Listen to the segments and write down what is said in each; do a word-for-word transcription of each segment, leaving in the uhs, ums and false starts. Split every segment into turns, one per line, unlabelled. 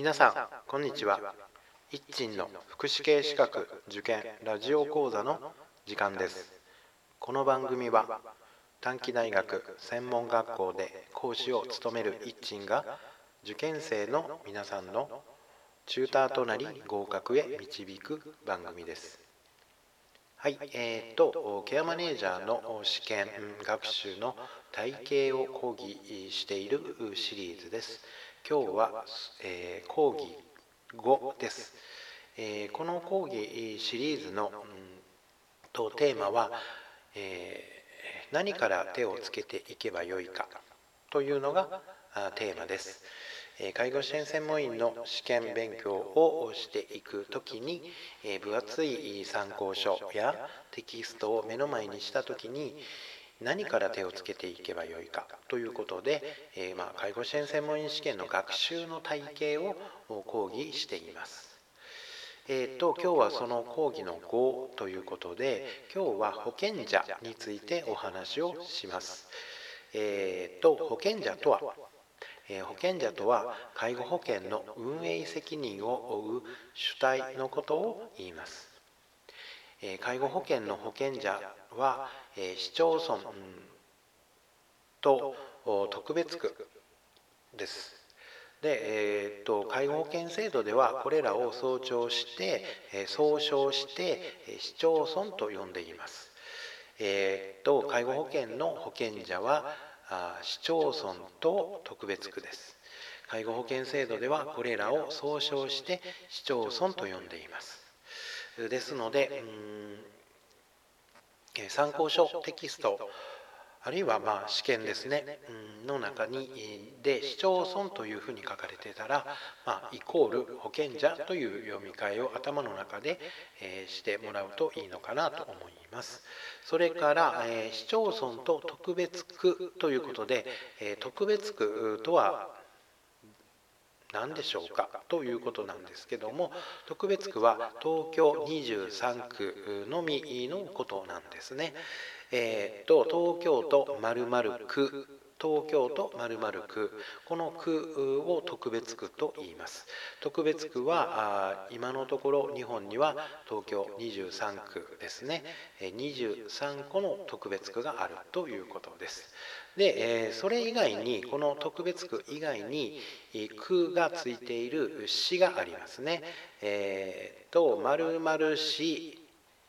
皆さんこんにちは。一鎮の福祉系資格受験ラジオ講座の時間です。この番組は短期大学専門学校で講師を務める一鎮が受験生の皆さんのチューターとなり合格へ導く番組です。はい、えー、とケアマネージャーの試験学習の体系を講義しているシリーズです。今日は、えー、講義ごです。えー、この講義シリーズの、うん、とテーマは、えー、何から手をつけていけばよいかというのがテーマです。介護支援専門員の試験勉強をしていくときに、分厚い参考書やテキストを目の前にしたときに何から手をつけていけばよいかということで、えーまあ、介護支援専門員試験の学習の体系を講義しています。えー、と今日はその講義のごということで、今日は保険者についてお話をします。えー、と保険者とは、えー、保険者とは介護保険の運営責任を負う主体のことを言います。えー、介護保険の保険者は、えー、市町村と特別区です。で、えー、と介護保険制度ではこれらを総称して、えー、総称して市町村と呼んでいます。えー、と介護保険の保険者はあ市町村と特別区です。介護保険制度ではこれらを総称して市町村と呼んでいます。ですので、うーん参考書テキストあるいはまあ試験ですねの中にで市町村というふうに書かれてたら、まあ、イコール保険者という読み替えを頭の中で、えー、してもらうといいのかなと思います。それから、えー、市町村と特別区ということで、えー、特別区とは何でしょうかということなんですけども、特別区は東京にじゅうさん区のみのことなんですね。えー、と東京都〇〇区、東京都〇〇区、この区を特別区と言います。特別区は今のところ日本には東京にじゅうさん区ですね、にじゅうさんこの特別区があるということです。で、それ以外にこの特別区以外に区がついている市がありますね。えー、と〇〇市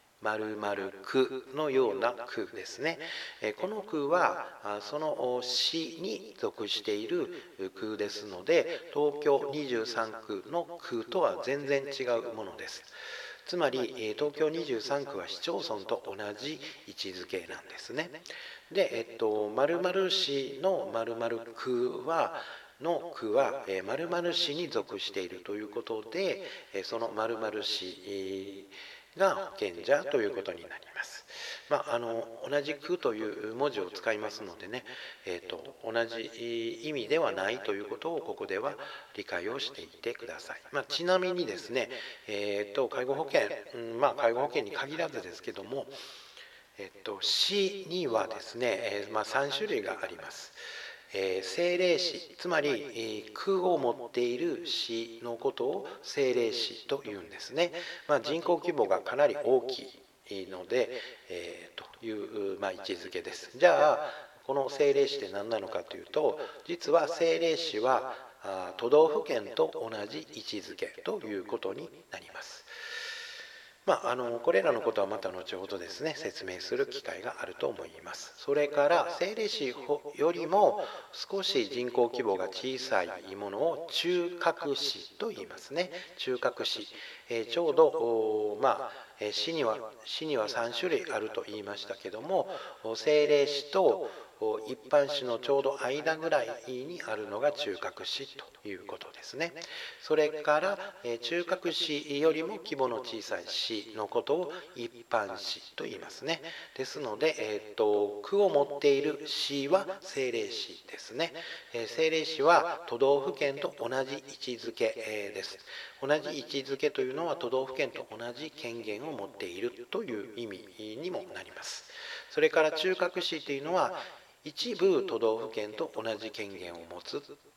〇〇区のような区ですね。この区はその市に属している区ですので、東京にじゅうさん区の区とは全然違うものです。つまり東京にじゅうさん区は市町村と同じ位置づけなんですね。で、えっと、〇〇市の〇〇区はの区は〇〇市に属しているということで、その〇〇市が保険者ということになります。まあ、あの同じ区という文字を使いますのでね、えー、と同じ意味ではないということをここでは理解をしていてください。まあ、ちなみにですね、えー、と介護保険、うんまあ、介護保険に限らずですけども、えっと、市にはですね、えーまあ、さん種類があります。えー、政令市、つまり、えー、区を持っている市のことを政令市というんですね。まあ、人口規模がかなり大きいので、えー、という、まあ、位置づけです。じゃあこの政令市って何なのかというと、実は政令市はあ都道府県と同じ位置づけということになります。まあ、あのこれらのことはまた後ほどですね説明する機会があると思います。それから政令市よりも少し人口規模が小さいものを中核市と言いますね。中核市、えー、ちょうどまあ市には市にはさん種類あると言いましたけども、政令市と一般市のちょうど間ぐらいにあるのが中核市ということですね。それから中核市よりも規模の小さい市のことを一般市と言いますね。ですので、えー、と区を持っている市は政令市ですね。政令市は都道府県と同じ位置づけです。同じ位置づけというのは都道府県と同じ権限を持っているという意味にもなります。それから中核市というのは一部都道府県と同じ権限を持つ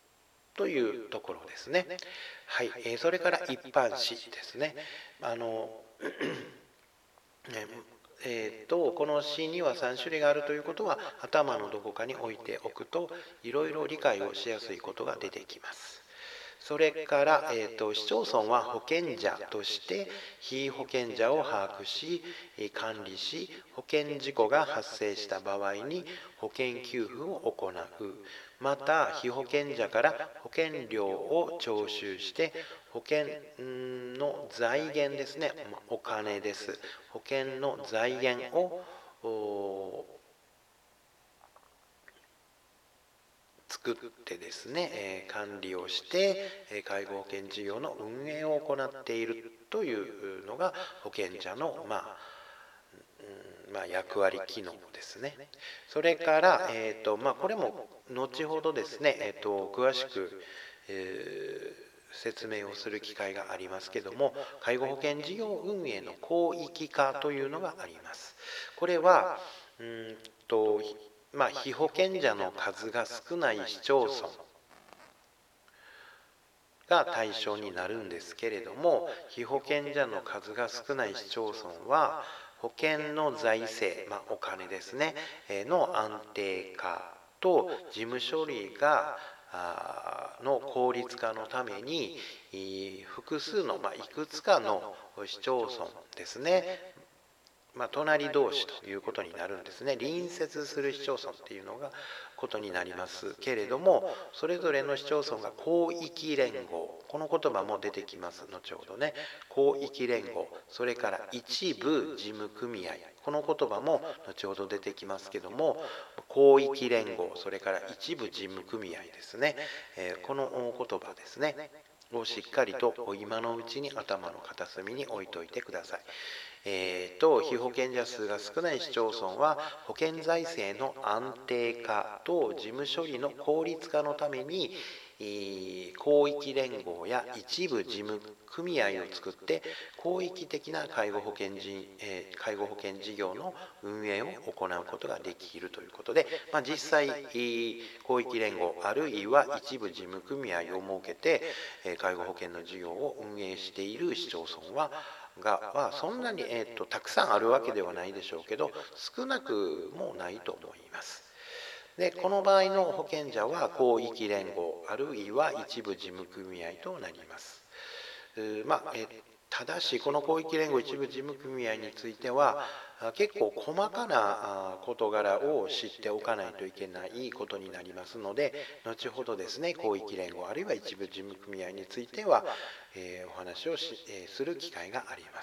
というところですね。はい、えー、それから一般紙ですね。あのえー、とこの詩にはさん種類があるということは頭のどこかに置いておくといろいろ理解をしやすいことが出てきます。それから、えー、と市町村は保険者として被保険者を把握し管理し、保険事故が発生した場合に保険給付を行う。また被保険者から保険料を徴収して保険の財源ですね、お金です。保険の財源を作ってですね、えー、管理をして、えー、介護保険事業の運営を行っているというのが保険者の、まあうんまあ、役割機能ですね。それから、えーとまあ、これも後ほどですね、えーと詳しく、えー説明をする機会がありますけども、介護保険事業運営の広域化というのがあります。これはうんとまあ、被保険者の数が少ない市町村が対象になるんですけれども、被保険者の数が少ない市町村は保険の財政、まあ、お金ですねの安定化と事務処理がの効率化のために複数の、まあ、いくつかの市町村ですね、まあ、隣同士ということになるんですね。隣接する市町村っていうのがことになりますけれども、それぞれの市町村が広域連合、この言葉も出てきます後ほどね。広域連合、それから一部事務組合、この言葉も後ほど出てきますけども、広域連合、それから一部事務組合ですね、えー、この言葉ですねをしっかりと今のうちに頭の片隅に置いといてください。えー、と被保険者数が少ない市町村は保険財政の安定化と事務処理の効率化のために広域連合や一部事務組合を作って広域的な介護保険事、えー、介護保険事業の運営を行うことができるということで、まあ、実際広域連合あるいは一部事務組合を設けて介護保険の事業を運営している市町村はがはそんなに、えー、とたくさんあるわけではないでしょうけど少なくもないと思います。でこの場合の保険者は広域連合あるいは一部事務組合となります。まあえただしこの広域連合一部事務組合については結構細かな事柄を知っておかないといけないことになりますので、後ほどですね広域連合あるいは一部事務組合については、えー、お話をし、えー、する機会があります。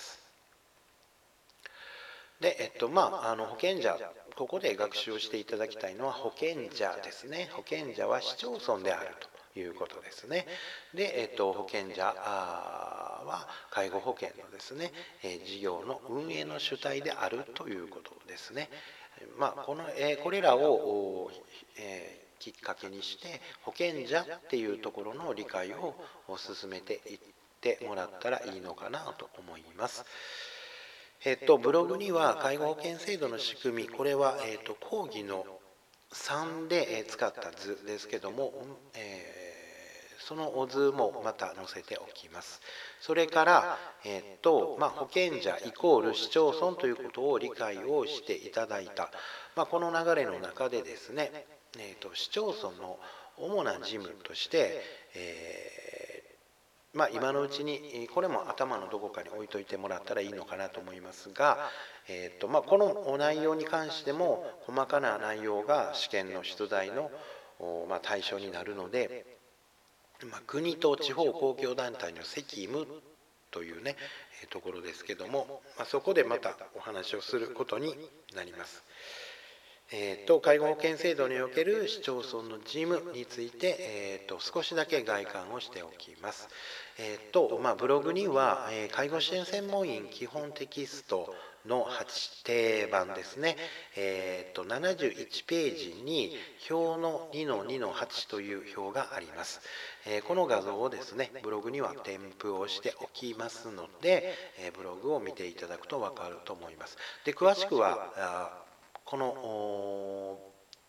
で、えっとまあ、あの保険者、ここで学習をしていただきたいのは保険者ですね。保険者は市町村であるということですね。で、えっと、保険者は介護保険のですね、え事業の運営の主体であるということですね。まあ、この、えこれらを、えーきっかけにして保険者っていうところの理解を進めていってもらったらいいのかなと思います。えっと、ブログには介護保険制度の仕組み、これは、えっと、講義のさんで使った図ですけども、えーその図もまた載せておきます。それから、えっとまあ、保険者イコール市町村ということを理解をしていただいた、まあ、この流れの中でですね、えっと、市町村の主な事務として、えーまあ、今のうちにこれも頭のどこかに置いといてもらったらいいのかなと思いますが、えーとまあ、この内容に関しても細かな内容が試験の出題の、まあ、対象になるので、まあ、国と地方公共団体の責務というねところですけども、まあ、そこでまたお話をすることになります。えー、と介護保険制度における市町村の事務について、えー、と少しだけ概観をしておきます。えーとまあ、ブログには、えー、介護支援専門員基本テキストのはち定版ですね、えー、とななじゅういちページに表の にのにのはち という表があります。えー、この画像をですねブログには添付をしておきますので、えー、ブログを見ていただくと分かると思います。で詳しくはこの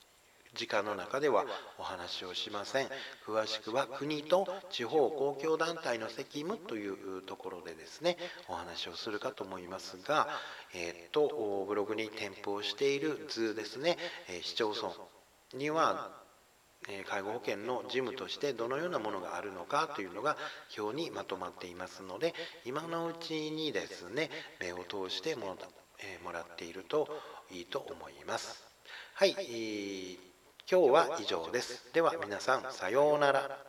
時間の中ではお話をしません。詳しくは国と地方公共団体の責務というところでですね、お話をするかと思いますが、えっとブログに添付をしている図ですね、市町村には介護保険の事務としてどのようなものがあるのかというのが表にまとまっていますので、今のうちにですね目を通してもらっているといいと思います。はい、今日は以上です。では皆さんさようなら。